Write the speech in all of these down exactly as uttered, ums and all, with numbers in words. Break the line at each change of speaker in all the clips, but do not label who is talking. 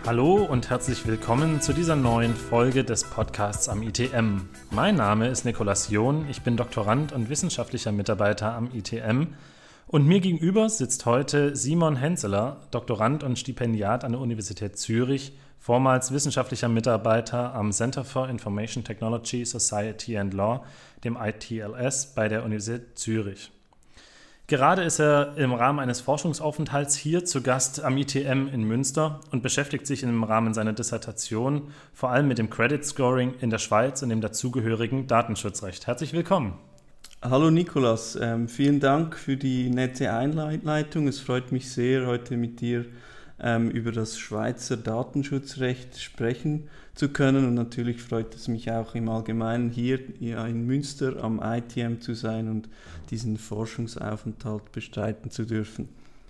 Hallo und herzlich willkommen zu dieser neuen Folge des Podcasts am I T M. Mein Name ist Nikolaus John, ich bin Doktorand und wissenschaftlicher Mitarbeiter am I T M und mir gegenüber sitzt heute Simon Henseler, Doktorand und Stipendiat an der Universität Zürich, vormals wissenschaftlicher Mitarbeiter am Center for Information Technology, Society and Law, dem I T L S bei der Universität Zürich. Gerade ist er im Rahmen eines Forschungsaufenthalts hier zu Gast am I T M in Münster und beschäftigt sich im Rahmen seiner Dissertation vor allem mit dem Credit Scoring in der Schweiz und dem dazugehörigen Datenschutzrecht. Herzlich willkommen.
Hallo Nikolaus, ähm, vielen Dank für die nette Einleitung. Es freut mich sehr, heute mit dir ähm, über das Schweizer Datenschutzrecht sprechen zu können. Und natürlich freut es mich auch im Allgemeinen, hier in Münster am I T M zu sein und diesen Forschungsaufenthalt bestreiten zu dürfen.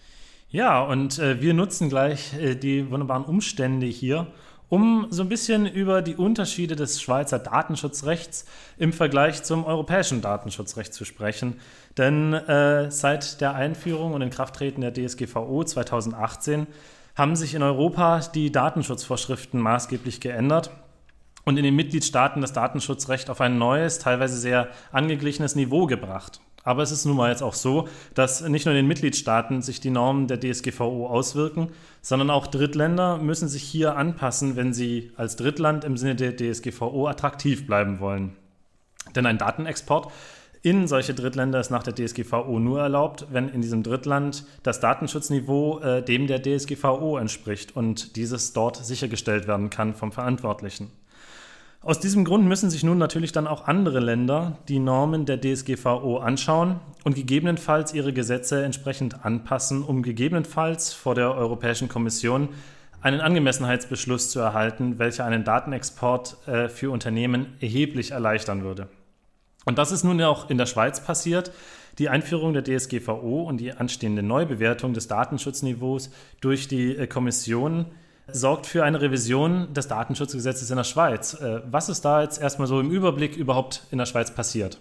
Ja, und äh, wir nutzen gleich äh, die wunderbaren Umstände hier, um so ein bisschen über die Unterschiede des Schweizer Datenschutzrechts im Vergleich zum europäischen Datenschutzrecht zu sprechen. Denn äh, seit der Einführung und Inkrafttreten der D S G V O zweitausendachtzehn haben sich in Europa die Datenschutzvorschriften maßgeblich geändert und in den Mitgliedstaaten das Datenschutzrecht auf ein neues, teilweise sehr angeglichenes Niveau gebracht. Aber es ist nun mal jetzt auch so, dass nicht nur in den Mitgliedstaaten sich die Normen der D S G V O auswirken, sondern auch Drittländer müssen sich hier anpassen, wenn sie als Drittland im Sinne der D S G V O attraktiv bleiben wollen. Denn ein Datenexport in solche Drittländer ist nach der D S G V O nur erlaubt, wenn in diesem Drittland das Datenschutzniveau äh, dem der D S G V O entspricht und dieses dort sichergestellt werden kann vom Verantwortlichen. Aus diesem Grund müssen sich nun natürlich dann auch andere Länder die Normen der D S G V O anschauen und gegebenenfalls ihre Gesetze entsprechend anpassen, um gegebenenfalls vor der Europäischen Kommission einen Angemessenheitsbeschluss zu erhalten, welcher einen Datenexport äh, für Unternehmen erheblich erleichtern würde. Und das ist nun ja auch in der Schweiz passiert. Die Einführung der D S G V O und die anstehende Neubewertung des Datenschutzniveaus durch die äh, Kommission sorgt für eine Revision des Datenschutzgesetzes in der Schweiz. Was ist da jetzt erstmal so im Überblick überhaupt in der Schweiz passiert?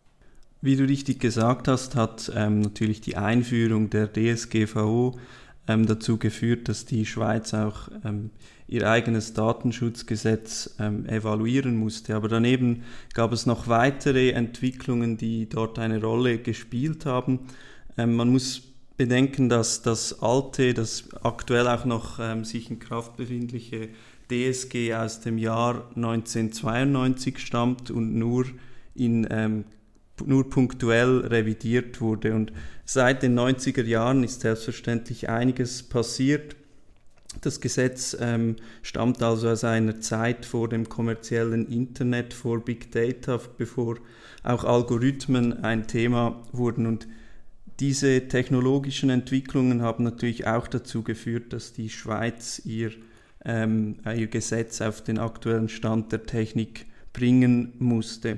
Wie du richtig gesagt hast, hat ähm, natürlich die Einführung der D S G V O ähm, dazu geführt, dass die Schweiz auch ähm, ihr eigenes Datenschutzgesetz ähm, evaluieren musste. Aber daneben gab es noch weitere Entwicklungen, die dort eine Rolle gespielt haben. Ähm, man muss bedenken, dass das alte, das aktuell auch noch ähm, sich in Kraft befindliche D S G aus dem Jahr neunzehnhundertzweiundneunzig stammt und nur, in, ähm, nur punktuell revidiert wurde. Und seit den neunziger Jahren ist selbstverständlich einiges passiert. Das Gesetz ähm, stammt also aus einer Zeit vor dem kommerziellen Internet, vor Big Data, bevor auch Algorithmen ein Thema wurden. Und diese technologischen Entwicklungen haben natürlich auch dazu geführt, dass die Schweiz ihr, ähm, ihr Gesetz auf den aktuellen Stand der Technik bringen musste.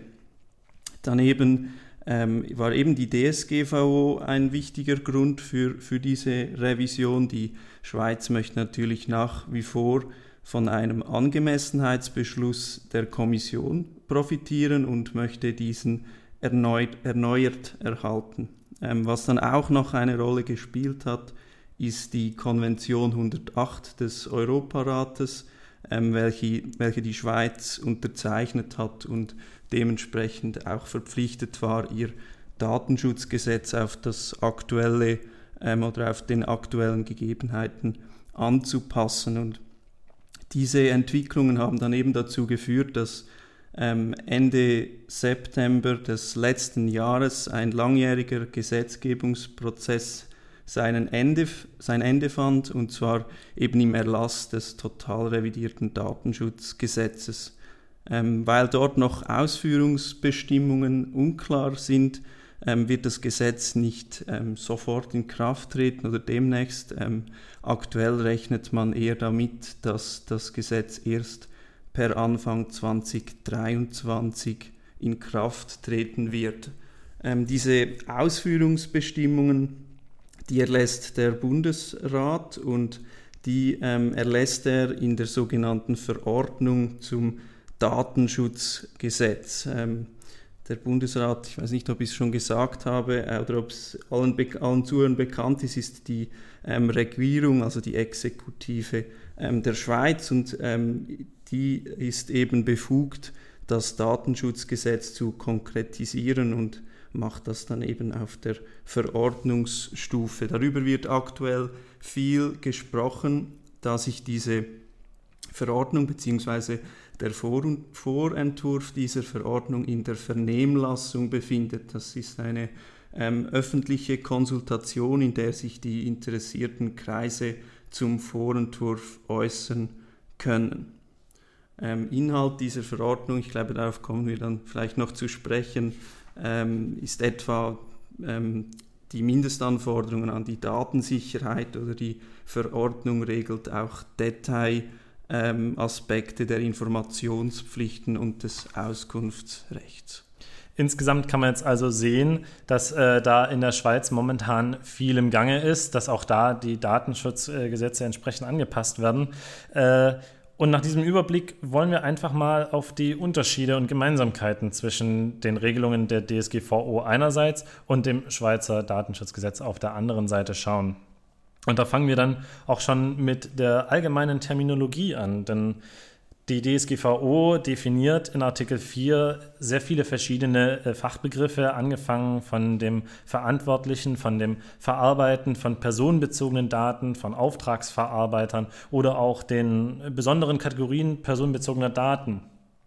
Daneben ähm, war eben die D S G V O ein wichtiger Grund für, für diese Revision. Die Schweiz möchte natürlich nach wie vor von einem Angemessenheitsbeschluss der Kommission profitieren und möchte diesen erneut, erneuert erhalten. Was dann auch noch eine Rolle gespielt hat, ist die Konvention hundertacht des Europarates, welche, welche die Schweiz unterzeichnet hat und dementsprechend auch verpflichtet war, ihr Datenschutzgesetz auf das aktuelle oder auf den aktuellen Gegebenheiten anzupassen. Und diese Entwicklungen haben dann eben dazu geführt, dass Ende September des letzten Jahres ein langjähriger Gesetzgebungsprozess seinen Ende, sein Ende fand, und zwar eben im Erlass des total revidierten Datenschutzgesetzes. Ähm, weil dort noch Ausführungsbestimmungen unklar sind, ähm, wird das Gesetz nicht ähm, sofort in Kraft treten oder demnächst. Ähm, aktuell rechnet man eher damit, dass das Gesetz erst per Anfang zweitausenddreiundzwanzig in Kraft treten wird. Ähm, diese Ausführungsbestimmungen, die erlässt der Bundesrat und die ähm, erlässt er in der sogenannten Verordnung zum Datenschutzgesetz. Ähm, der Bundesrat, ich weiß nicht, ob ich es schon gesagt habe äh, oder ob es allen, allen Zuhörern bekannt ist, ist die ähm, Regierung, also die Exekutive ähm, der Schweiz und ähm, die ist eben befugt, das Datenschutzgesetz zu konkretisieren und macht das dann eben auf der Verordnungsstufe. Darüber wird aktuell viel gesprochen, da sich diese Verordnung bzw. der Vor- Vorentwurf dieser Verordnung in der Vernehmlassung befindet. Das ist eine ähm, öffentliche Konsultation, in der sich die interessierten Kreise zum Vorentwurf äußern können. Ähm, Inhalt dieser Verordnung, ich glaube, darauf kommen wir dann vielleicht noch zu sprechen, ähm, ist etwa ähm, die Mindestanforderungen an die Datensicherheit oder die Verordnung regelt auch Detailaspekte ähm, der Informationspflichten und des Auskunftsrechts.
Insgesamt kann man jetzt also sehen, dass äh, da in der Schweiz momentan viel im Gange ist, dass auch da die Datenschutzgesetze entsprechend angepasst werden. Äh, Und nach diesem Überblick wollen wir einfach mal auf die Unterschiede und Gemeinsamkeiten zwischen den Regelungen der D S G V O einerseits und dem Schweizer Datenschutzgesetz auf der anderen Seite schauen. Und da fangen wir dann auch schon mit der allgemeinen Terminologie an, denn die D S G V O definiert in Artikel vier sehr viele verschiedene äh, Fachbegriffe, angefangen von dem Verantwortlichen, von dem Verarbeiten von personenbezogenen Daten, von Auftragsverarbeitern oder auch den besonderen Kategorien personenbezogener Daten.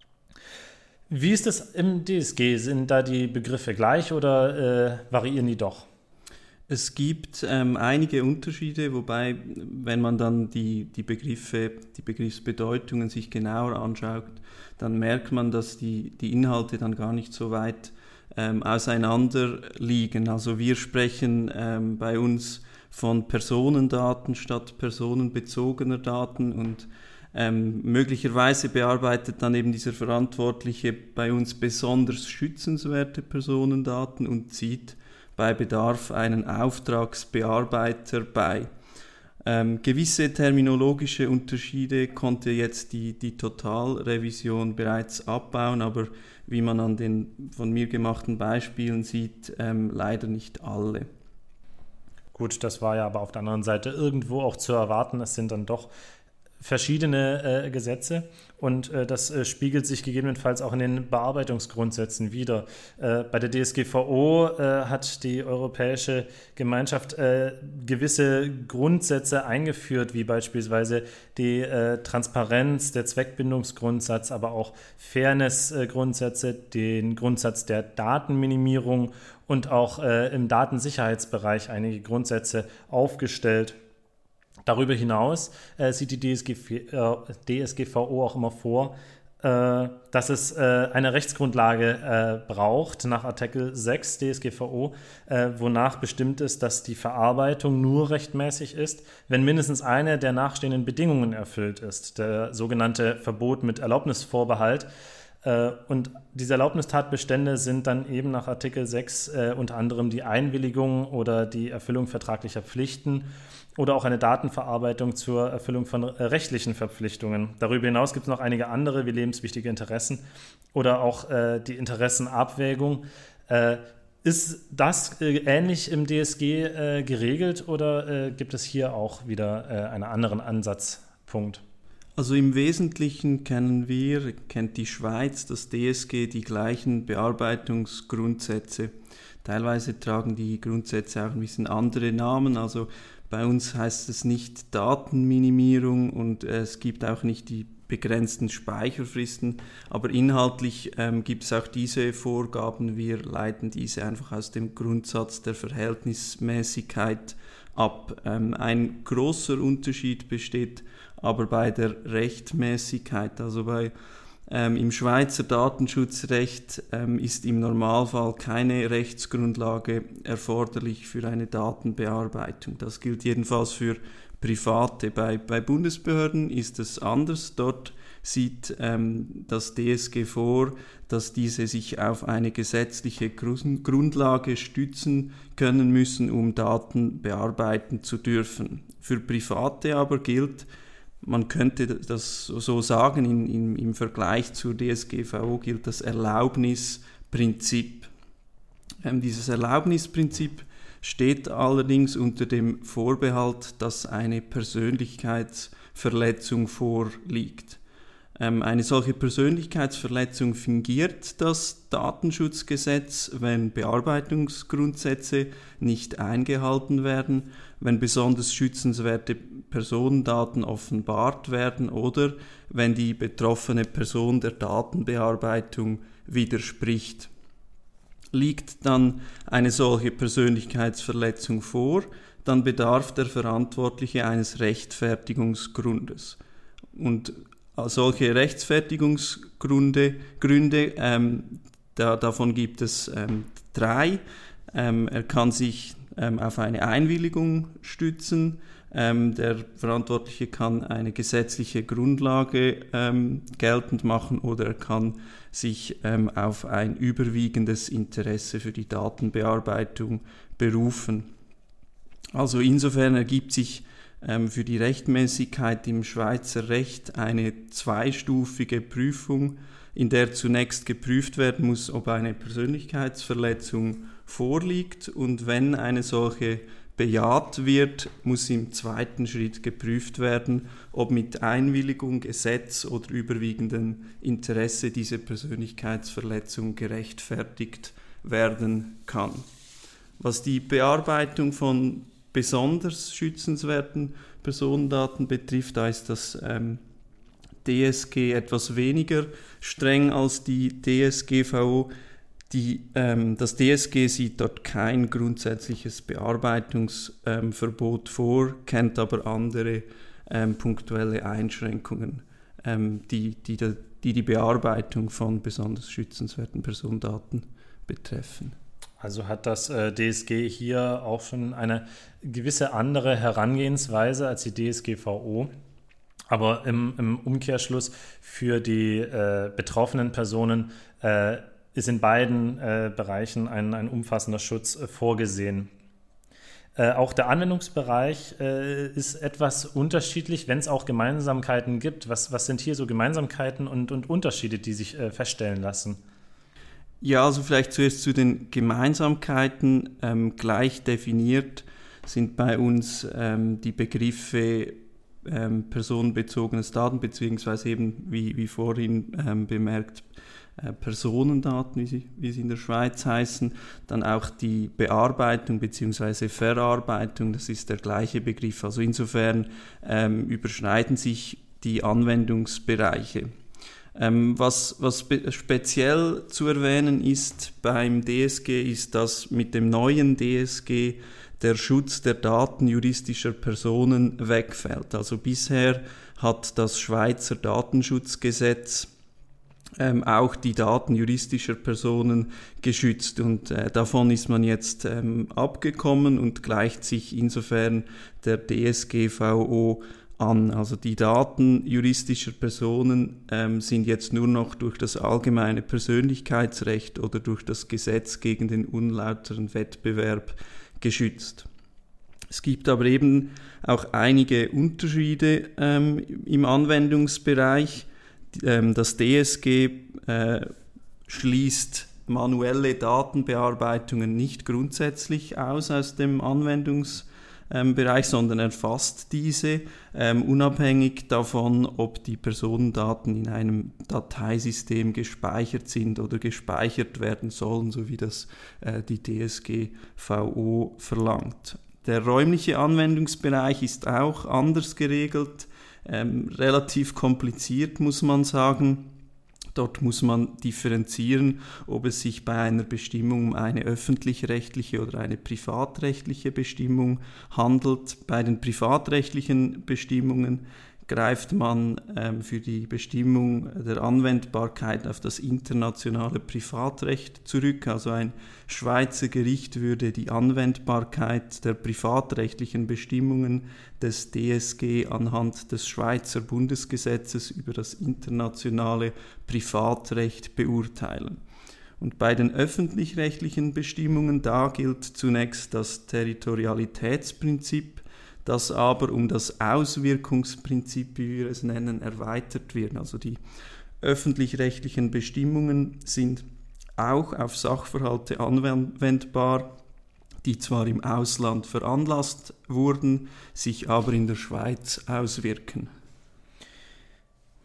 Wie ist es im D S G? Sind da die Begriffe gleich oder äh, variieren die doch?
Es gibt ähm, einige Unterschiede, wobei, wenn man dann die, die Begriffe, die Begriffsbedeutungen sich genauer anschaut, dann merkt man, dass die, die Inhalte dann gar nicht so weit ähm, auseinander liegen. Also wir sprechen ähm, bei uns von Personendaten statt personenbezogener Daten und ähm, möglicherweise bearbeitet dann eben dieser Verantwortliche bei uns besonders schützenswerte Personendaten und zieht bei Bedarf einen Auftragsbearbeiter bei. Ähm, gewisse terminologische Unterschiede konnte jetzt die, die Totalrevision bereits abbauen, aber wie man an den von mir gemachten Beispielen sieht, ähm, leider nicht alle.
Gut, das war ja aber auf der anderen Seite irgendwo auch zu erwarten. Es sind dann doch verschiedene äh, Gesetze und äh, das äh, spiegelt sich gegebenenfalls auch in den Bearbeitungsgrundsätzen wider. Äh, bei der D S G V O äh, hat die Europäische Gemeinschaft äh, gewisse Grundsätze eingeführt, wie beispielsweise die äh, Transparenz, der Zweckbindungsgrundsatz, aber auch Fairness-Grundsätze, den Grundsatz der Datenminimierung und auch äh, im Datensicherheitsbereich einige Grundsätze aufgestellt. Darüber hinaus äh, sieht die D S G, äh, D S G V O auch immer vor, äh, dass es äh, eine Rechtsgrundlage äh, braucht nach Artikel sechs D S G V O, äh, wonach bestimmt ist, dass die Verarbeitung nur rechtmäßig ist, wenn mindestens eine der nachstehenden Bedingungen erfüllt ist, der sogenannte Verbot mit Erlaubnisvorbehalt. Äh, und diese Erlaubnistatbestände sind dann eben nach Artikel sechs äh, unter anderem die Einwilligung oder die Erfüllung vertraglicher Pflichten oder auch eine Datenverarbeitung zur Erfüllung von rechtlichen Verpflichtungen. Darüber hinaus gibt es noch einige andere, wie lebenswichtige Interessen oder auch äh, die Interessenabwägung. Äh, ist das äh, ähnlich im D S G äh, geregelt oder äh, gibt es hier auch wieder äh, einen anderen Ansatzpunkt?
Also im Wesentlichen kennen wir, kennt die Schweiz, das D S G, die gleichen Bearbeitungsgrundsätze. Teilweise tragen die Grundsätze auch ein bisschen andere Namen, also bei uns heißt es nicht Datenminimierung und äh, es gibt auch nicht die begrenzten Speicherfristen, aber inhaltlich ähm, gibt es auch diese Vorgaben. Wir leiten diese einfach aus dem Grundsatz der Verhältnismäßigkeit ab. Ähm, ein großer Unterschied besteht aber bei der Rechtmäßigkeit, also bei Ähm, im Schweizer Datenschutzrecht ähm, ist im Normalfall keine Rechtsgrundlage erforderlich für eine Datenbearbeitung. Das gilt jedenfalls für Private. Bei, bei Bundesbehörden ist es anders. Dort sieht ähm, das D S G vor, dass diese sich auf eine gesetzliche Grundlage stützen können müssen, um Daten bearbeiten zu dürfen. Für Private aber gilt, man könnte das so sagen, in, in, im Vergleich zur D S G V O gilt das Erlaubnisprinzip. Ähm, dieses Erlaubnisprinzip steht allerdings unter dem Vorbehalt, dass eine Persönlichkeits- Persönlichkeitsverletzung vorliegt. Ähm, eine solche Persönlichkeitsverletzung fingiert das Datenschutzgesetz, wenn Bearbeitungsgrundsätze nicht eingehalten werden, wenn besonders schützenswerte Personendaten offenbart werden oder wenn die betroffene Person der Datenbearbeitung widerspricht. Liegt dann eine solche Persönlichkeitsverletzung vor, dann bedarf der Verantwortliche eines Rechtfertigungsgrundes. Und solche Rechtfertigungsgründe, Gründe, ähm, da, davon gibt es ähm, drei. Ähm, er kann sich ähm, auf eine Einwilligung stützen. Ähm, der Verantwortliche kann eine gesetzliche Grundlage ähm, geltend machen oder er kann sich ähm, auf ein überwiegendes Interesse für die Datenbearbeitung berufen. Also insofern ergibt sich ähm, für die Rechtmäßigkeit im Schweizer Recht eine zweistufige Prüfung, in der zunächst geprüft werden muss, ob eine Persönlichkeitsverletzung vorliegt, und wenn eine solche bejaht wird, muss im zweiten Schritt geprüft werden, ob mit Einwilligung, Gesetz oder überwiegendem Interesse diese Persönlichkeitsverletzung gerechtfertigt werden kann. Was die Bearbeitung von besonders schützenswerten Personendaten betrifft, da ist das ähm, D S G etwas weniger streng als die D S G V O. Die, ähm, das D S G sieht dort kein grundsätzliches Bearbeitungsverbot ähm, vor, kennt aber andere ähm, punktuelle Einschränkungen, ähm, die, die, die die Bearbeitung von besonders schützenswerten Personendaten betreffen.
Also hat das äh, D S G hier auch schon eine gewisse andere Herangehensweise als die D S G V O. Aber im, im Umkehrschluss für die äh, betroffenen Personen äh, ist in beiden äh, Bereichen ein, ein umfassender Schutz äh, vorgesehen. Äh, auch der Anwendungsbereich äh, ist etwas unterschiedlich, wenn es auch Gemeinsamkeiten gibt. Was, was sind hier so Gemeinsamkeiten und, und Unterschiede, die sich äh, feststellen lassen?
Ja, also vielleicht zuerst zu den Gemeinsamkeiten. Ähm, gleich definiert sind bei uns ähm, die Begriffe ähm, personenbezogenes Daten, beziehungsweise eben, wie, wie vorhin ähm, bemerkt, äh, Personendaten, wie sie, wie sie in der Schweiz heißen. Dann auch die Bearbeitung beziehungsweise Verarbeitung, das ist der gleiche Begriff. Also insofern ähm, überschneiden sich die Anwendungsbereiche. Ähm, was, was spe- speziell zu erwähnen ist beim D S G, ist, dass mit dem neuen D S G der Schutz der Daten juristischer Personen wegfällt. Also bisher hat das Schweizer Datenschutzgesetz ähm, auch die Daten juristischer Personen geschützt, und äh, davon ist man jetzt ähm, abgekommen und gleicht sich insofern der D S G V O an. Also die Daten juristischer Personen ähm, sind jetzt nur noch durch das allgemeine Persönlichkeitsrecht oder durch das Gesetz gegen den unlauteren Wettbewerb geschützt. Es gibt aber eben auch einige Unterschiede ähm, im Anwendungsbereich. Ähm, das D S G äh, schließt manuelle Datenbearbeitungen nicht grundsätzlich aus aus dem Anwendungsbereich, Ähm, Bereich, sondern erfasst diese, ähm, unabhängig davon, ob die Personendaten in einem Dateisystem gespeichert sind oder gespeichert werden sollen, so wie das äh, die D S G V O verlangt. Der räumliche Anwendungsbereich ist auch anders geregelt, ähm, relativ kompliziert, muss man sagen. Dort muss man differenzieren, ob es sich bei einer Bestimmung um eine öffentlich-rechtliche oder eine privatrechtliche Bestimmung handelt. Bei den privatrechtlichen Bestimmungen greift man ähm, für die Bestimmung der Anwendbarkeit auf das internationale Privatrecht zurück. Also ein Schweizer Gericht würde die Anwendbarkeit der privatrechtlichen Bestimmungen des D S G anhand des Schweizer Bundesgesetzes über das internationale Privatrecht beurteilen. Und bei den öffentlich-rechtlichen Bestimmungen, da gilt zunächst das Territorialitätsprinzip, das aber um das Auswirkungsprinzip, wie wir es nennen, erweitert wird. Also die öffentlich-rechtlichen Bestimmungen sind auch auf Sachverhalte anwendbar, die zwar im Ausland veranlasst wurden, sich aber in der Schweiz auswirken.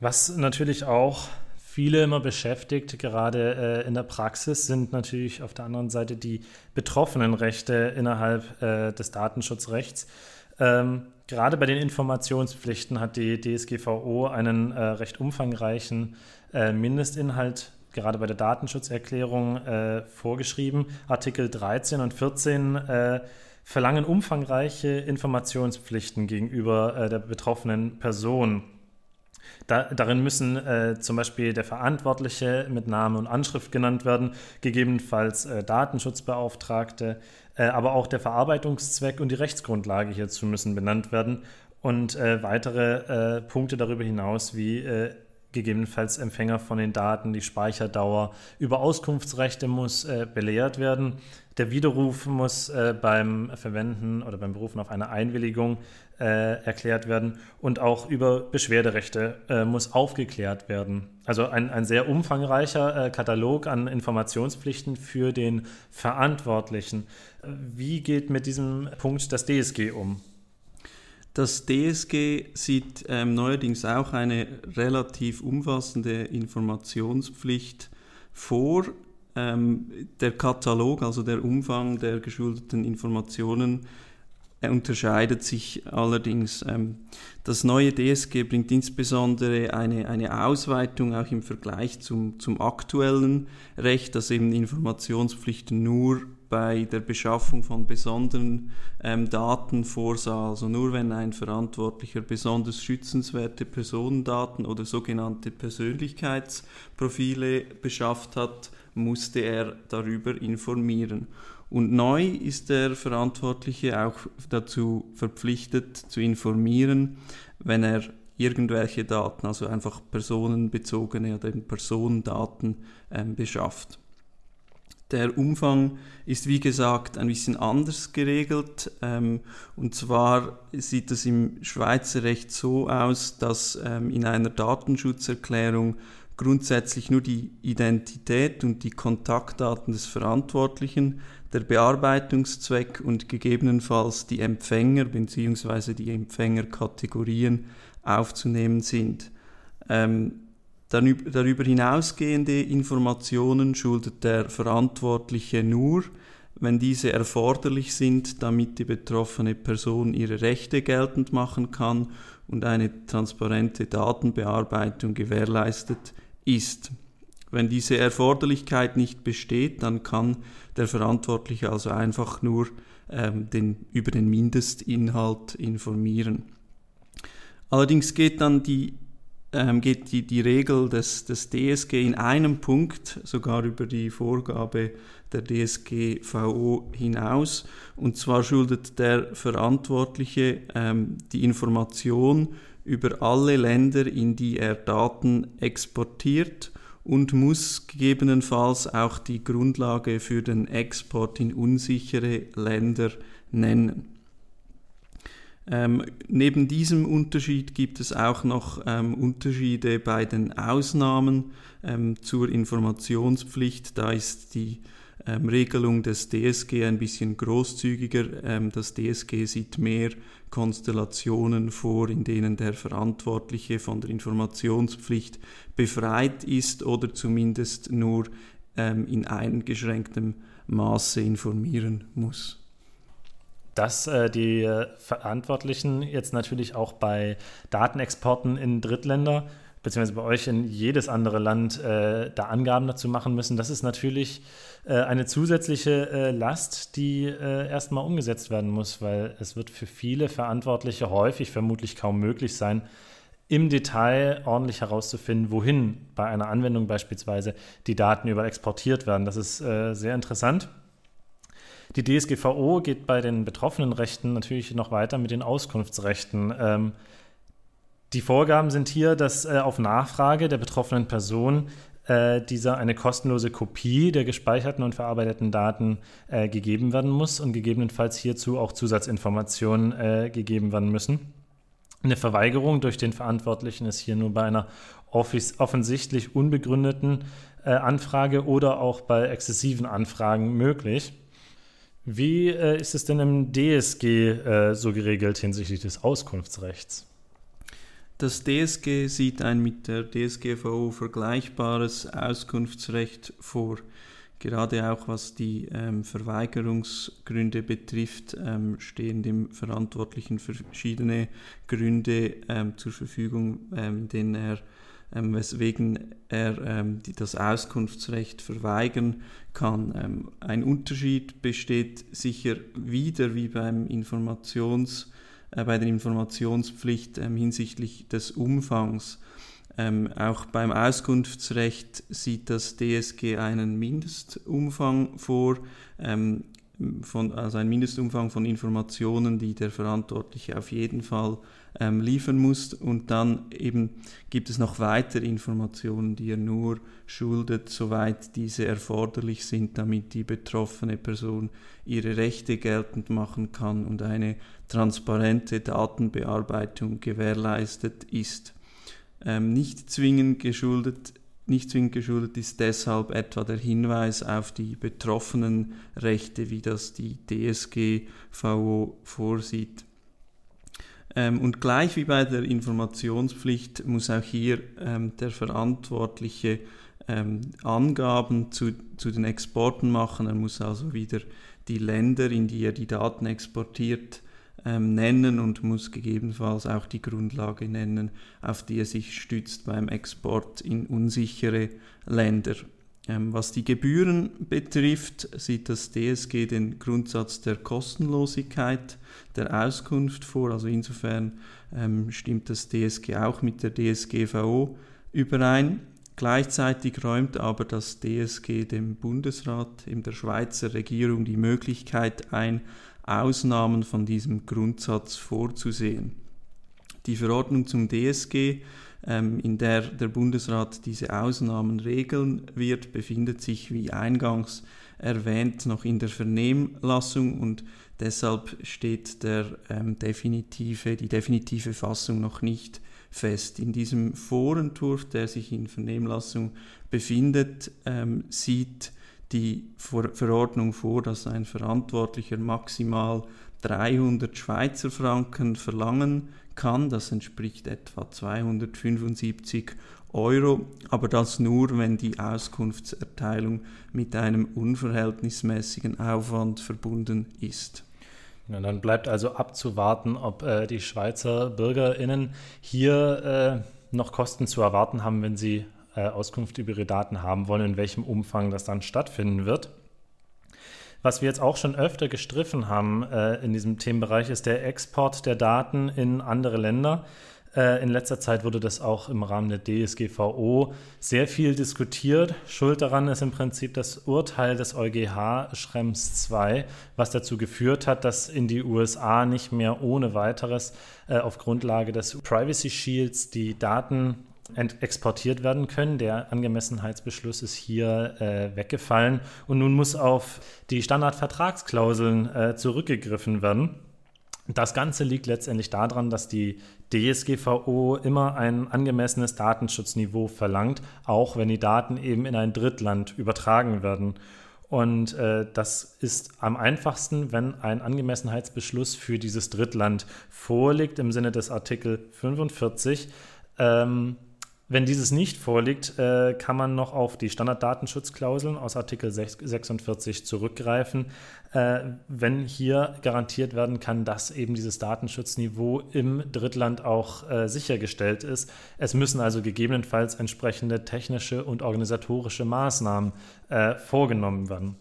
Was natürlich auch viele immer beschäftigt, gerade äh, in der Praxis, sind natürlich auf der anderen Seite die Betroffenenrechte innerhalb äh, des Datenschutzrechts. Ähm, gerade bei den Informationspflichten hat die D S G V O einen äh, recht umfangreichen äh, Mindestinhalt gerade bei der Datenschutzerklärung äh, vorgeschrieben. Artikel dreizehn und vierzehn äh, verlangen umfangreiche Informationspflichten gegenüber äh, der betroffenen Person. Da, darin müssen äh, zum Beispiel der Verantwortliche mit Name und Anschrift genannt werden, gegebenenfalls äh, Datenschutzbeauftragte, äh, aber auch der Verarbeitungszweck und die Rechtsgrundlage hierzu müssen benannt werden und äh, weitere äh, Punkte darüber hinaus wie äh, gegebenenfalls Empfänger von den Daten, die Speicherdauer. Über Auskunftsrechte muss äh, belehrt werden. Der Widerruf muss äh, beim Verwenden oder beim Berufen auf eine Einwilligung äh, erklärt werden und auch über Beschwerderechte äh, muss aufgeklärt werden. Also ein, ein sehr umfangreicher äh, Katalog an Informationspflichten für den Verantwortlichen. Wie geht mit diesem Punkt das D S G um?
Das D S G sieht ähm, neuerdings auch eine relativ umfassende Informationspflicht vor. Ähm, der Katalog, also der Umfang der geschuldeten Informationen, äh, unterscheidet sich allerdings. Ähm, das neue D S G bringt insbesondere eine, eine Ausweitung auch im Vergleich zum, zum aktuellen Recht, dass eben Informationspflichten nur bei der Beschaffung von besonderen ähm, Daten vorsah. Also nur wenn ein Verantwortlicher besonders schützenswerte Personendaten oder sogenannte Persönlichkeitsprofile beschafft hat, musste er darüber informieren. Und neu ist der Verantwortliche auch dazu verpflichtet zu informieren, wenn er irgendwelche Daten, also einfach personenbezogene oder Personendaten ähm, beschafft. Der Umfang ist, wie gesagt, ein bisschen anders geregelt. Ähm, und zwar sieht es im Schweizer Recht so aus, dass ähm, in einer Datenschutzerklärung grundsätzlich nur die Identität und die Kontaktdaten des Verantwortlichen, der Bearbeitungszweck und gegebenenfalls die Empfänger bzw. die Empfängerkategorien aufzunehmen sind. Ähm, Darüber hinausgehende Informationen schuldet der Verantwortliche nur, wenn diese erforderlich sind, damit die betroffene Person ihre Rechte geltend machen kann und eine transparente Datenbearbeitung gewährleistet ist. Wenn diese Erforderlichkeit nicht besteht, dann kann der Verantwortliche also einfach nur ähm, den, über den Mindestinhalt informieren. Allerdings geht dann die Ähm, geht die, die Regel des, des D S G in einem Punkt sogar über die Vorgabe der D S G V O hinaus. Und zwar schuldet der Verantwortliche ähm, die Information über alle Länder, in die er Daten exportiert und muss gegebenenfalls auch die Grundlage für den Export in unsichere Länder nennen. Ähm, neben diesem Unterschied gibt es auch noch ähm, Unterschiede bei den Ausnahmen ähm, zur Informationspflicht. Da ist die ähm, Regelung des D S G ein bisschen großzügiger. Ähm, das D S G sieht mehr Konstellationen vor, in denen der Verantwortliche von der Informationspflicht befreit ist oder zumindest nur ähm, in eingeschränktem Maße informieren muss.
Dass äh, die äh, Verantwortlichen jetzt natürlich auch bei Datenexporten in Drittländer, beziehungsweise bei euch in jedes andere Land, äh, da Angaben dazu machen müssen, das ist natürlich äh, eine zusätzliche äh, Last, die äh, erstmal umgesetzt werden muss, weil es wird für viele Verantwortliche häufig vermutlich kaum möglich sein, im Detail ordentlich herauszufinden, wohin bei einer Anwendung beispielsweise die Daten überall exportiert werden. Das ist äh, sehr interessant. Die D S G V O geht bei den betroffenen Rechten natürlich noch weiter mit den Auskunftsrechten. Ähm, die Vorgaben sind hier, dass äh, auf Nachfrage der betroffenen Person äh, dieser eine kostenlose Kopie der gespeicherten und verarbeiteten Daten äh, gegeben werden muss und gegebenenfalls hierzu auch Zusatzinformationen äh, gegeben werden müssen. Eine Verweigerung durch den Verantwortlichen ist hier nur bei einer offensichtlich unbegründeten äh, Anfrage oder auch bei exzessiven Anfragen möglich. Wie äh, ist es denn im D S G äh, so geregelt hinsichtlich des Auskunftsrechts?
Das D S G sieht ein mit der D S G V O vergleichbares Auskunftsrecht vor. Gerade auch was die ähm, Verweigerungsgründe betrifft, ähm, stehen dem Verantwortlichen verschiedene Gründe ähm, zur Verfügung, ähm, in denen er, ähm, weswegen er ähm, die, das Auskunftsrecht verweigern kann. Ähm, ein Unterschied besteht sicher wieder wie beim Informations bei der Informationspflicht ähm, hinsichtlich des Umfangs. Ähm, auch beim Auskunftsrecht sieht das D S G einen Mindestumfang vor, ähm, von, also einen Mindestumfang von Informationen, die der Verantwortliche auf jeden Fall ähm, liefern muss. Und dann eben gibt es noch weitere Informationen, die er nur schuldet, soweit diese erforderlich sind, damit die betroffene Person ihre Rechte geltend machen kann und eine transparente Datenbearbeitung gewährleistet ist. Ähm, nicht zwingend geschuldet, nicht zwingend geschuldet ist deshalb etwa der Hinweis auf die betroffenen Rechte, wie das die D S G V O vorsieht. Ähm, und gleich wie bei der Informationspflicht muss auch hier ähm, der Verantwortliche ähm, Angaben zu, zu den Exporten machen. Er muss also wieder die Länder, in die er die Daten exportiert, ähm, nennen und muss gegebenenfalls auch die Grundlage nennen, auf die er sich stützt beim Export in unsichere Länder. Ähm, was die Gebühren betrifft, sieht das D S G den Grundsatz der Kostenlosigkeit der Auskunft vor. Also insofern ähm, stimmt das D S G auch mit der D S G V O überein. Gleichzeitig räumt aber das D S G dem Bundesrat, in der Schweizer Regierung, die Möglichkeit ein, Ausnahmen von diesem Grundsatz vorzusehen. Die Verordnung zum D S G, ähm, in der der Bundesrat diese Ausnahmen regeln wird, befindet sich, wie eingangs erwähnt, noch in der Vernehmlassung und deshalb steht der, ähm, definitive, die definitive Fassung noch nicht fest. In diesem Vorentwurf, der sich in Vernehmlassung befindet, ähm, sieht die Verordnung vor, dass ein Verantwortlicher maximal dreihundert Schweizer Franken verlangen kann. Das entspricht etwa zweihundertfünfundsiebzig Euro, aber das nur, wenn die Auskunftserteilung mit einem unverhältnismäßigen Aufwand verbunden ist.
Ja, dann bleibt also abzuwarten, ob äh, die Schweizer BürgerInnen hier äh, noch Kosten zu erwarten haben, wenn sie äh, Auskunft über ihre Daten haben wollen, in welchem Umfang das dann stattfinden wird. Was wir jetzt auch schon öfter gestriffen haben äh, in diesem Themenbereich, ist der Export der Daten in andere Länder. Äh, in letzter Zeit wurde das auch im Rahmen der D S G V O sehr viel diskutiert. Schuld daran ist im Prinzip das Urteil des EuGH Schrems zwei, was dazu geführt hat, dass in die U S A nicht mehr ohne weiteres äh, auf Grundlage des Privacy Shields die Daten exportiert werden können. Der Angemessenheitsbeschluss ist hier äh, weggefallen und nun muss auf die Standardvertragsklauseln äh, zurückgegriffen werden. Das Ganze liegt letztendlich daran, dass die D S G V O immer ein angemessenes Datenschutzniveau verlangt, auch wenn die Daten eben in ein Drittland übertragen werden. Und äh, das ist am einfachsten, wenn ein Angemessenheitsbeschluss für dieses Drittland vorliegt, im Sinne des Artikel fünfundvierzig. Ähm, Wenn dieses nicht vorliegt, äh, kann man noch auf die Standarddatenschutzklauseln aus Artikel sechsundvierzig zurückgreifen, äh, wenn hier garantiert werden kann, dass eben dieses Datenschutzniveau im Drittland auch äh, sichergestellt ist. Es müssen also gegebenenfalls entsprechende technische und organisatorische Maßnahmen äh, vorgenommen werden.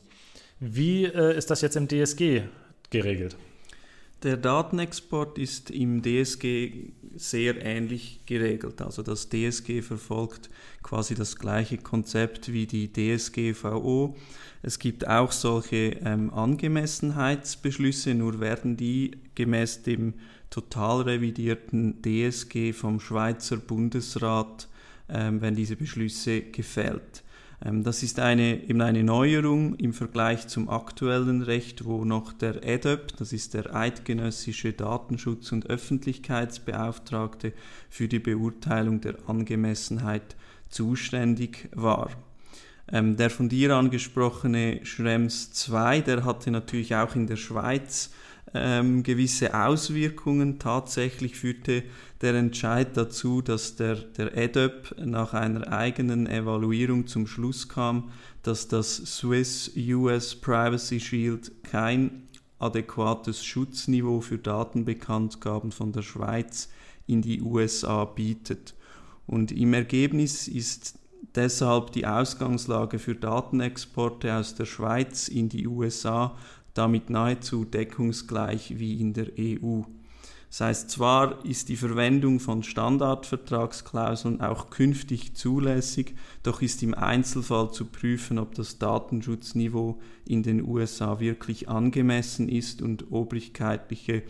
Wie äh, ist das jetzt im D S G geregelt?
Der Datenexport ist im D S G sehr ähnlich geregelt. Also das D S G verfolgt quasi das gleiche Konzept wie die D S G V O. Es gibt auch solche ähm, Angemessenheitsbeschlüsse, nur werden die gemäß dem total revidierten D S G vom Schweizer Bundesrat, ähm, werden diese Beschlüsse gefällt. Das ist eine, eben eine Neuerung im Vergleich zum aktuellen Recht, wo noch der E D O P, das ist der Eidgenössische Datenschutz- und Öffentlichkeitsbeauftragte, für die Beurteilung der Angemessenheit zuständig war. Ähm, der von dir angesprochene Schrems zwei, der hatte natürlich auch in der Schweiz ähm, gewisse Auswirkungen. Tatsächlich führte der Entscheid dazu, dass der, der E D U P nach einer eigenen Evaluierung zum Schluss kam, dass das Swiss U S Privacy Shield kein adäquates Schutzniveau für Datenbekanntgaben von der Schweiz in die U S A bietet. Und im Ergebnis ist deshalb die Ausgangslage für Datenexporte aus der Schweiz in die U S A damit nahezu deckungsgleich wie in der E U. Das heißt, zwar ist die Verwendung von Standardvertragsklauseln auch künftig zulässig, doch ist im Einzelfall zu prüfen, ob das Datenschutzniveau in den U S A wirklich angemessen ist und obrigkeitliche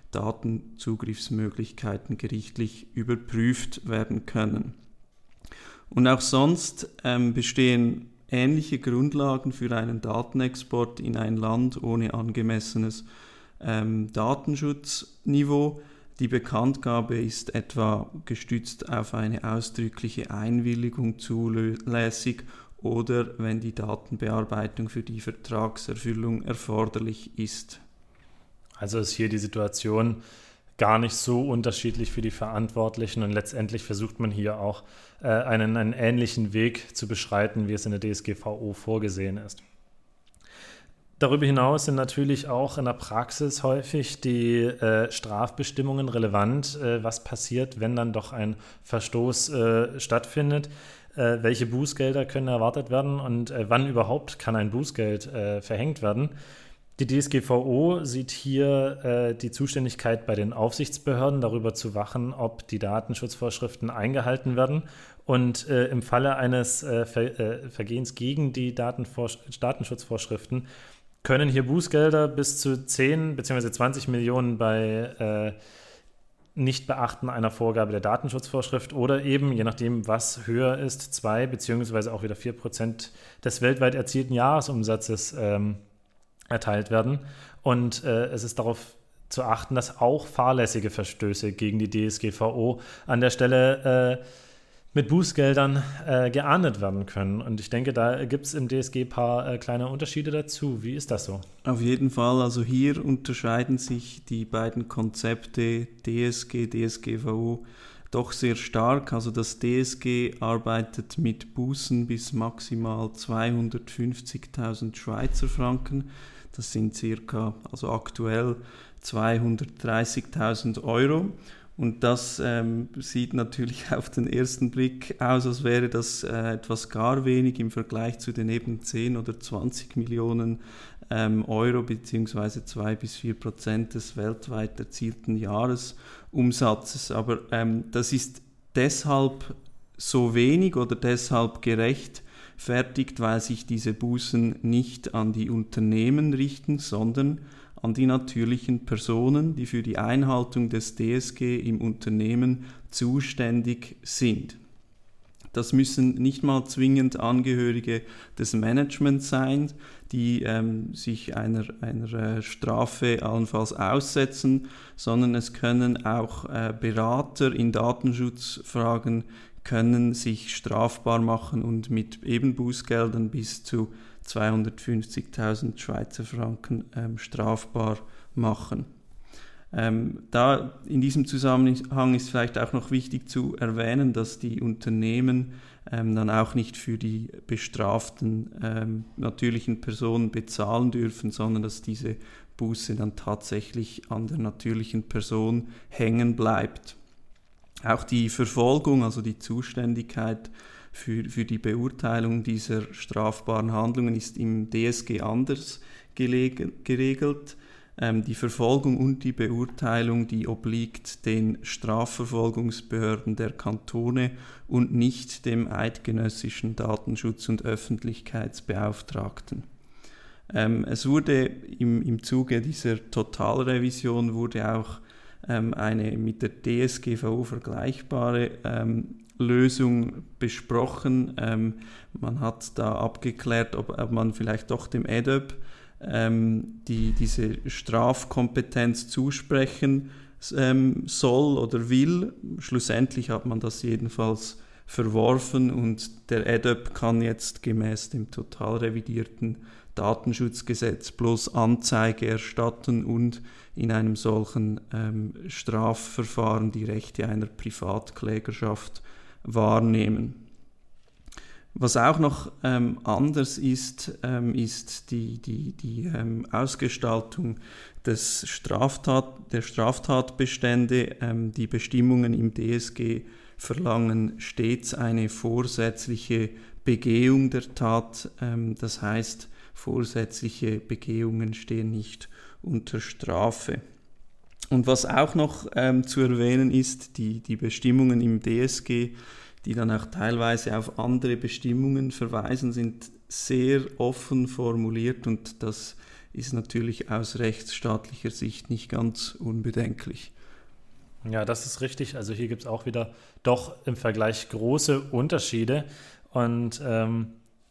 Datenzugriffsmöglichkeiten gerichtlich überprüft werden können. Und auch sonst ähm, bestehen ähnliche Grundlagen für einen Datenexport in ein Land ohne angemessenes ähm, Datenschutzniveau. Die Bekanntgabe ist etwa gestützt auf eine ausdrückliche Einwilligung zulässig oder wenn die Datenbearbeitung für die Vertragserfüllung erforderlich ist.
Also ist hier die Situation gar nicht so unterschiedlich für die Verantwortlichen und letztendlich versucht man hier auch äh, einen, einen ähnlichen Weg zu beschreiten, wie es in der D S G V O vorgesehen ist. Darüber hinaus sind natürlich auch in der Praxis häufig die äh, Strafbestimmungen relevant, äh, was passiert, wenn dann doch ein Verstoß äh, stattfindet, äh, welche Bußgelder können erwartet werden und äh, wann überhaupt kann ein Bußgeld äh, verhängt werden. Die D S G V O sieht hier äh, die Zuständigkeit bei den Aufsichtsbehörden, darüber zu wachen, ob die Datenschutzvorschriften eingehalten werden. Und äh, im Falle eines äh, Ver äh, Vergehens gegen die Datenvors Datenschutzvorschriften können hier Bußgelder bis zu zehn bzw. zwanzig Millionen bei äh, Nichtbeachten einer Vorgabe der Datenschutzvorschrift oder eben, je nachdem, was höher ist, zwei bzw. auch wieder vier Prozent des weltweit erzielten Jahresumsatzes ähm, erteilt werden. Und äh, es ist darauf zu achten, dass auch fahrlässige Verstöße gegen die D S G V O an der Stelle äh, mit Bußgeldern äh, geahndet werden können. Und ich denke, da gibt es im D S G ein paar äh, kleine Unterschiede dazu. Wie ist das so?
Auf jeden Fall. Also hier unterscheiden sich die beiden Konzepte D S G, D S G V O doch sehr stark. Also das D S G arbeitet mit Bußen bis maximal zweihundertfünfzigtausend Schweizer Franken. Das sind circa, also aktuell zweihundertdreißigtausend Euro. Und das ähm, sieht natürlich auf den ersten Blick aus, als wäre das äh, etwas gar wenig im Vergleich zu den eben zehn oder zwanzig Millionen ähm, Euro beziehungsweise zwei bis vier Prozent des weltweit erzielten Jahresumsatzes. Aber ähm, das ist deshalb so wenig oder deshalb gerechtfertigt, weil sich diese Bußen nicht an die Unternehmen richten, sondern an die natürlichen Personen, die für die Einhaltung des D S G im Unternehmen zuständig sind. Das müssen nicht mal zwingend Angehörige des Managements sein, die ähm, sich einer, einer Strafe allenfalls aussetzen, sondern es können auch äh, Berater in Datenschutzfragen können sich strafbar machen und mit eben Bußgeldern bis zu zweihundertfünfzigtausend Schweizer Franken ähm, strafbar machen. Ähm, da in diesem Zusammenhang ist vielleicht auch noch wichtig zu erwähnen, dass die Unternehmen ähm, dann auch nicht für die bestraften ähm, natürlichen Personen bezahlen dürfen, sondern dass diese Buße dann tatsächlich an der natürlichen Person hängen bleibt. Auch die Verfolgung, also die Zuständigkeit Für, für die Beurteilung dieser strafbaren Handlungen ist im D S G anders geregelt. Ähm, die Verfolgung und die Beurteilung, die obliegt den Strafverfolgungsbehörden der Kantone und nicht dem eidgenössischen Datenschutz- und Öffentlichkeitsbeauftragten. Ähm, es wurde im, im Zuge dieser Totalrevision wurde auch ähm, eine mit der D S G V O vergleichbare ähm, Lösung besprochen. Ähm, man hat da abgeklärt, ob, ob man vielleicht doch dem E D U P ähm, die, diese Strafkompetenz zusprechen ähm, soll oder will. Schlussendlich hat man das jedenfalls verworfen und der A D A P kann jetzt gemäß dem total revidierten Datenschutzgesetz bloß Anzeige erstatten und in einem solchen ähm, Strafverfahren die Rechte einer Privatklägerschaft wahrnehmen. Was auch noch ähm, anders ist, ähm, ist die, die, die ähm, Ausgestaltung des Straftat, der Straftatbestände. Ähm, die Bestimmungen im D S G verlangen stets eine vorsätzliche Begehung der Tat. Ähm, das heißt, vorsätzliche Begehungen stehen nicht unter Strafe. Und was auch noch ähm, zu erwähnen ist, die, die Bestimmungen im D S G, die dann auch teilweise auf andere Bestimmungen verweisen, sind sehr offen formuliert und das ist natürlich aus rechtsstaatlicher Sicht nicht ganz unbedenklich.
Ja, das ist richtig. Also hier gibt es auch wieder doch im Vergleich große Unterschiede und ähm,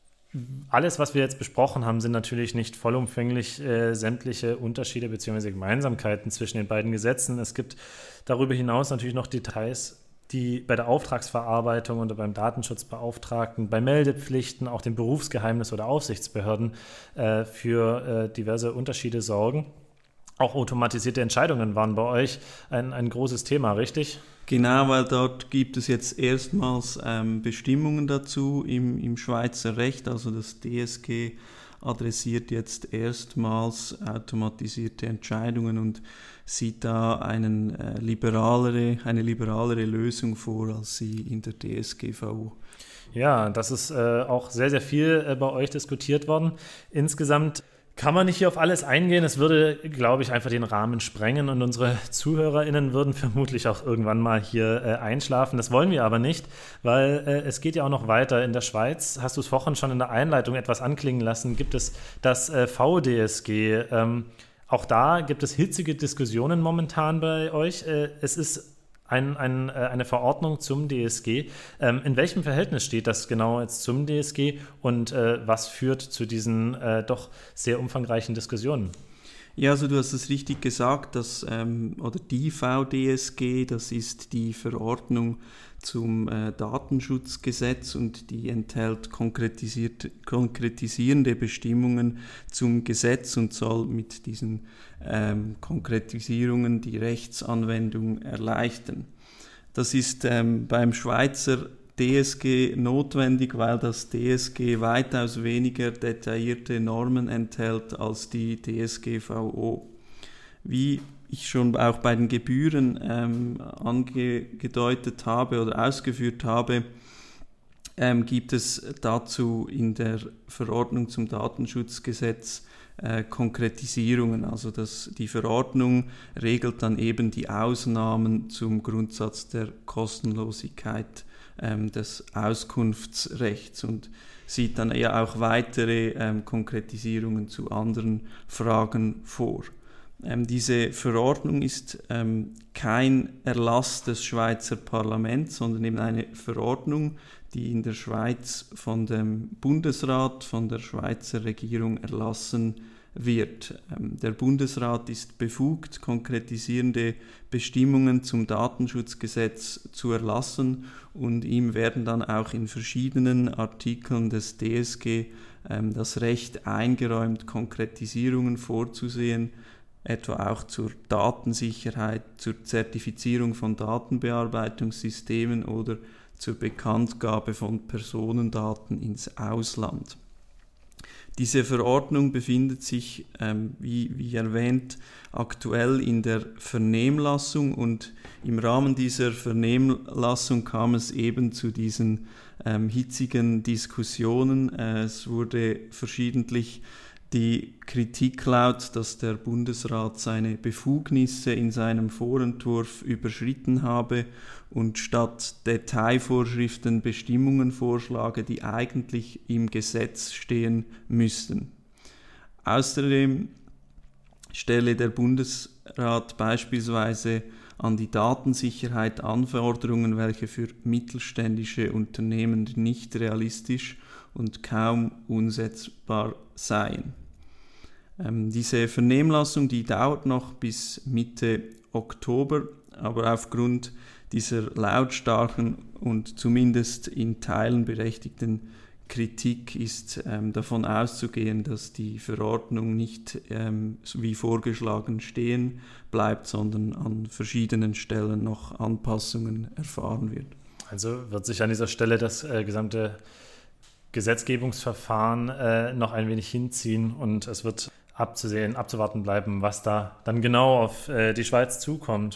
alles, was wir jetzt besprochen haben, sind natürlich nicht vollumfänglich äh, sämtliche Unterschiede bzw. Gemeinsamkeiten zwischen den beiden Gesetzen. Es gibt darüber hinaus natürlich noch Details, die bei der Auftragsverarbeitung oder beim Datenschutzbeauftragten, bei Meldepflichten, auch dem Berufsgeheimnis oder Aufsichtsbehörden äh, für äh, diverse Unterschiede sorgen. Auch automatisierte Entscheidungen waren bei euch ein, ein großes Thema, richtig?
Genau, weil dort gibt es jetzt erstmals ähm, Bestimmungen dazu im, im Schweizer Recht, also das D S G adressiert jetzt erstmals automatisierte Entscheidungen und sieht da einen, äh, liberalere, eine liberalere Lösung vor, als sie in der D S G V O.
Ja, das ist äh, auch sehr, sehr viel äh, bei euch diskutiert worden. Insgesamt kann man nicht hier auf alles eingehen. Es würde, glaube ich, einfach den Rahmen sprengen und unsere ZuhörerInnen würden vermutlich auch irgendwann mal hier äh, einschlafen. Das wollen wir aber nicht, weil äh, es geht ja auch noch weiter. In der Schweiz, hast du es vorhin schon in der Einleitung etwas anklingen lassen, gibt es das äh, V D S G. Ähm, auch da gibt es hitzige Diskussionen momentan bei euch. Äh, es ist Ein, ein, eine Verordnung zum D S G. Ähm, in welchem Verhältnis steht das genau jetzt zum D S G und äh, was führt zu diesen äh, doch sehr umfangreichen Diskussionen?
Ja, also du hast es richtig gesagt, dass, ähm, oder die V D S G, das ist die Verordnung zum äh, Datenschutzgesetz und die enthält konkretisierte, konkretisierende Bestimmungen zum Gesetz und soll mit diesen ähm, Konkretisierungen die Rechtsanwendung erleichtern. Das ist ähm, beim Schweizer D S G notwendig, weil das D S G weitaus weniger detaillierte Normen enthält als die D S G V O. Wie ich schon auch bei den Gebühren ähm, angedeutet habe oder ausgeführt habe, ähm, gibt es dazu in der Verordnung zum Datenschutzgesetz äh, Konkretisierungen. Also das, die Verordnung regelt dann eben die Ausnahmen zum Grundsatz der Kostenlosigkeit ähm, des Auskunftsrechts und sieht dann ja auch weitere ähm, Konkretisierungen zu anderen Fragen vor. Ähm, diese Verordnung ist ähm, kein Erlass des Schweizer Parlaments, sondern eben eine Verordnung, die in der Schweiz von dem Bundesrat, von der Schweizer Regierung erlassen wird. Ähm, der Bundesrat ist befugt, konkretisierende Bestimmungen zum Datenschutzgesetz zu erlassen und ihm werden dann auch in verschiedenen Artikeln des D S G ähm, das Recht eingeräumt, Konkretisierungen vorzusehen, etwa auch zur Datensicherheit, zur Zertifizierung von Datenbearbeitungssystemen oder zur Bekanntgabe von Personendaten ins Ausland. Diese Verordnung befindet sich, ähm, wie, wie erwähnt, aktuell in der Vernehmlassung und im Rahmen dieser Vernehmlassung kam es eben zu diesen ähm, hitzigen Diskussionen. Äh, es wurde verschiedentlich die Kritik laut, dass der Bundesrat seine Befugnisse in seinem Vorentwurf überschritten habe und statt Detailvorschriften Bestimmungen vorschlage, die eigentlich im Gesetz stehen müssten. Außerdem stelle der Bundesrat beispielsweise an die Datensicherheit Anforderungen, welche für mittelständische Unternehmen nicht realistisch und kaum umsetzbar seien. Ähm, diese Vernehmlassung, die dauert noch bis Mitte Oktober, aber aufgrund dieser lautstarken und zumindest in Teilen berechtigten Kritik ist ähm, davon auszugehen, dass die Verordnung nicht ähm, wie vorgeschlagen stehen bleibt, sondern an verschiedenen Stellen noch Anpassungen erfahren wird.
Also wird sich an dieser Stelle das äh, gesamte Gesetzgebungsverfahren äh, noch ein wenig hinziehen und es wird abzusehen, abzuwarten bleiben, was da dann genau auf äh, die Schweiz zukommt.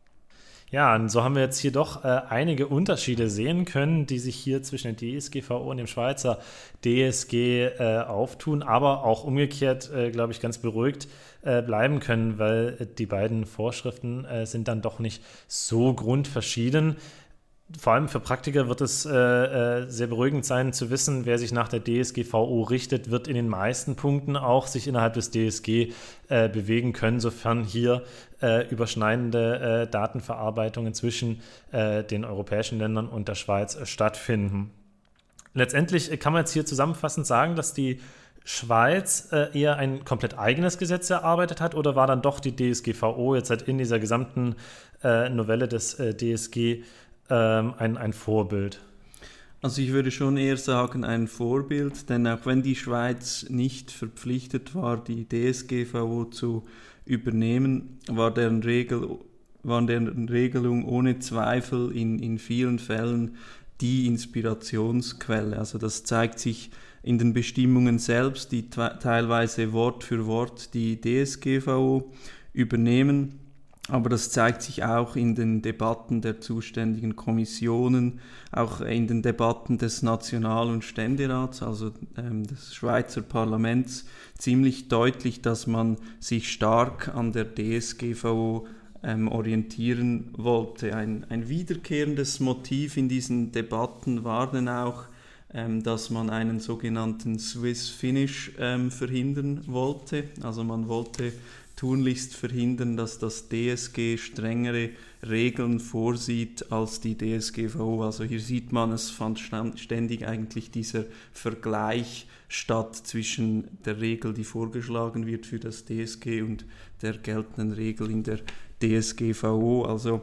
Ja, und so haben wir jetzt hier doch äh, einige Unterschiede sehen können, die sich hier zwischen der D S G V O und dem Schweizer D S G äh, auftun, aber auch umgekehrt, äh, glaube ich, ganz beruhigt äh, bleiben können, weil die beiden Vorschriften äh, sind dann doch nicht so grundverschieden. Vor allem für Praktiker wird es äh, äh, sehr beruhigend sein zu wissen, wer sich nach der D S G V O richtet, wird in den meisten Punkten auch sich innerhalb des D S G äh, bewegen können, sofern hier äh, überschneidende äh, Datenverarbeitungen zwischen äh, den europäischen Ländern und der Schweiz äh, stattfinden. Letztendlich kann man jetzt hier zusammenfassend sagen, dass die Schweiz äh, eher ein komplett eigenes Gesetz erarbeitet hat, oder war dann doch die D S G V O jetzt halt in dieser gesamten äh, Novelle des äh, D S G Ein, ein Vorbild?
Also ich würde schon eher sagen ein Vorbild, denn auch wenn die Schweiz nicht verpflichtet war, die D S G V O zu übernehmen, war deren, Regel, war deren Regelung ohne Zweifel in, in vielen Fällen die Inspirationsquelle. Also das zeigt sich in den Bestimmungen selbst, die teilweise Wort für Wort die D S G V O übernehmen. Aber das zeigt sich auch in den Debatten der zuständigen Kommissionen, auch in den Debatten des National- und Ständerats, also ähm, des Schweizer Parlaments, ziemlich deutlich, dass man sich stark an der D S G V O ähm, orientieren wollte. Ein, ein wiederkehrendes Motiv in diesen Debatten war dann auch, ähm, dass man einen sogenannten Swiss Finish ähm, verhindern wollte. Also man wollte tunlichst verhindern, dass das D S G strengere Regeln vorsieht als die D S G V O. Also hier sieht man, es fand ständig eigentlich dieser Vergleich statt zwischen der Regel, die vorgeschlagen wird für das D S G, und der geltenden Regel in der D S G V O. Also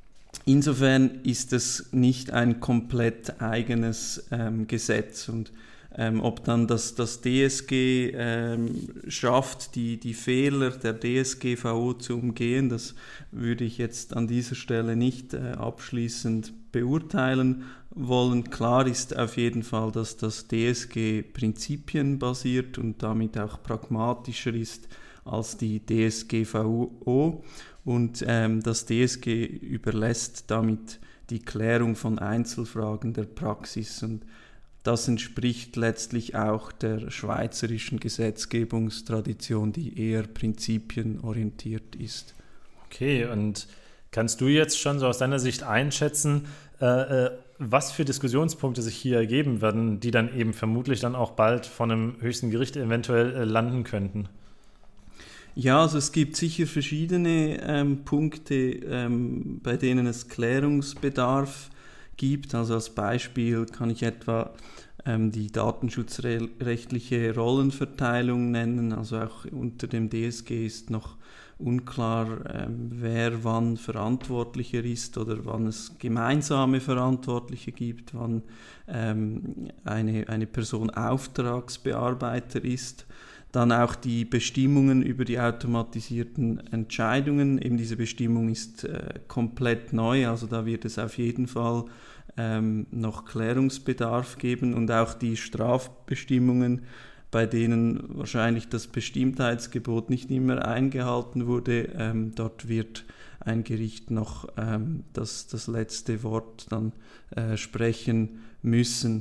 insofern ist es nicht ein komplett eigenes ähm, Gesetz, und Ähm, ob dann das, das D S G ähm, schafft, die, die Fehler der D S G V O zu umgehen, das würde ich jetzt an dieser Stelle nicht äh, abschließend beurteilen wollen. Klar ist auf jeden Fall, dass das D S G prinzipienbasiert und damit auch pragmatischer ist als die D S G V O, und ähm, das D S G überlässt damit die Klärung von Einzelfragen der Praxis, und das entspricht letztlich auch der schweizerischen Gesetzgebungstradition, die eher prinzipienorientiert ist.
Okay, und kannst du jetzt schon so aus deiner Sicht einschätzen, äh, was für Diskussionspunkte sich hier ergeben werden, die dann eben vermutlich dann auch bald von einem höchsten Gericht eventuell äh, landen könnten?
Ja, also es gibt sicher verschiedene ähm, Punkte, ähm, bei denen es Klärungsbedarf gibt. Also als Beispiel kann ich etwa ähm, die datenschutzrechtliche Rollenverteilung nennen. Also auch unter dem D S G ist noch unklar, ähm, wer wann Verantwortlicher ist oder wann es gemeinsame Verantwortliche gibt, wann ähm, eine, eine Person Auftragsbearbeiter ist. Dann auch die Bestimmungen über die automatisierten Entscheidungen. Eben diese Bestimmung ist äh, komplett neu, also da wird es auf jeden Fall ähm, noch Klärungsbedarf geben, und auch die Strafbestimmungen, bei denen wahrscheinlich das Bestimmtheitsgebot nicht immer eingehalten wurde. Ähm, dort wird ein Gericht noch ähm, das, das letzte Wort dann äh, sprechen müssen.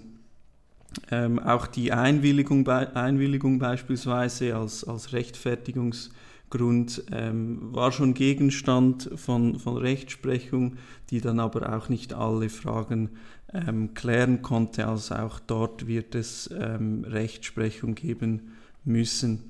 Ähm, auch die Einwilligung, be- Einwilligung beispielsweise als, als Rechtfertigungsgrund ähm, war schon Gegenstand von, von Rechtsprechung, die dann aber auch nicht alle Fragen ähm, klären konnte. Also auch dort wird es ähm, Rechtsprechung geben müssen.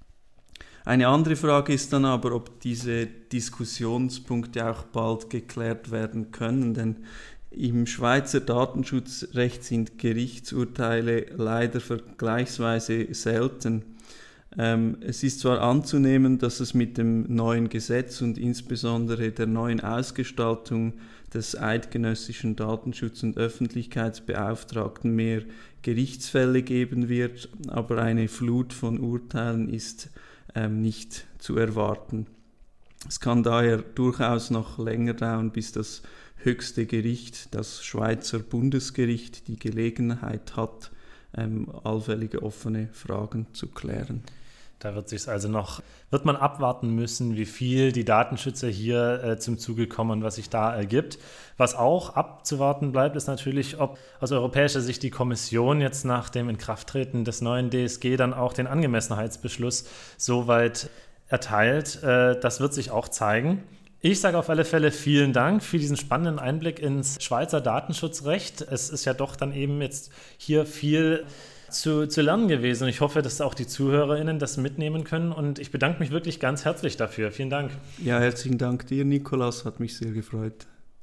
Eine andere Frage ist dann aber, ob diese Diskussionspunkte auch bald geklärt werden können, denn im Schweizer Datenschutzrecht sind Gerichtsurteile leider vergleichsweise selten. Ähm, es ist zwar anzunehmen, dass es mit dem neuen Gesetz und insbesondere der neuen Ausgestaltung des eidgenössischen Datenschutz- und Öffentlichkeitsbeauftragten mehr Gerichtsfälle geben wird, aber eine Flut von Urteilen ist ähm, nicht zu erwarten. Es kann daher durchaus noch länger dauern, bis das höchste Gericht, das Schweizer Bundesgericht, die Gelegenheit hat, ähm, allfällige offene Fragen zu klären.
Da wird sich also noch, wird man abwarten müssen, wie viel die Datenschützer hier äh, zum Zuge kommen, was sich da ergibt. Was auch abzuwarten bleibt, ist natürlich, ob aus europäischer Sicht die Kommission jetzt nach dem Inkrafttreten des neuen D S G dann auch den Angemessenheitsbeschluss soweit erteilt. Äh, das wird sich auch zeigen. Ich sage auf alle Fälle vielen Dank für diesen spannenden Einblick ins Schweizer Datenschutzrecht. Es ist ja doch dann eben jetzt hier viel Zu, zu lernen gewesen. Und ich hoffe, dass auch die ZuhörerInnen das mitnehmen können. Und ich bedanke mich wirklich ganz herzlich dafür. Vielen Dank.
Ja, herzlichen Dank dir, Nikolaus. Hat mich sehr gefreut.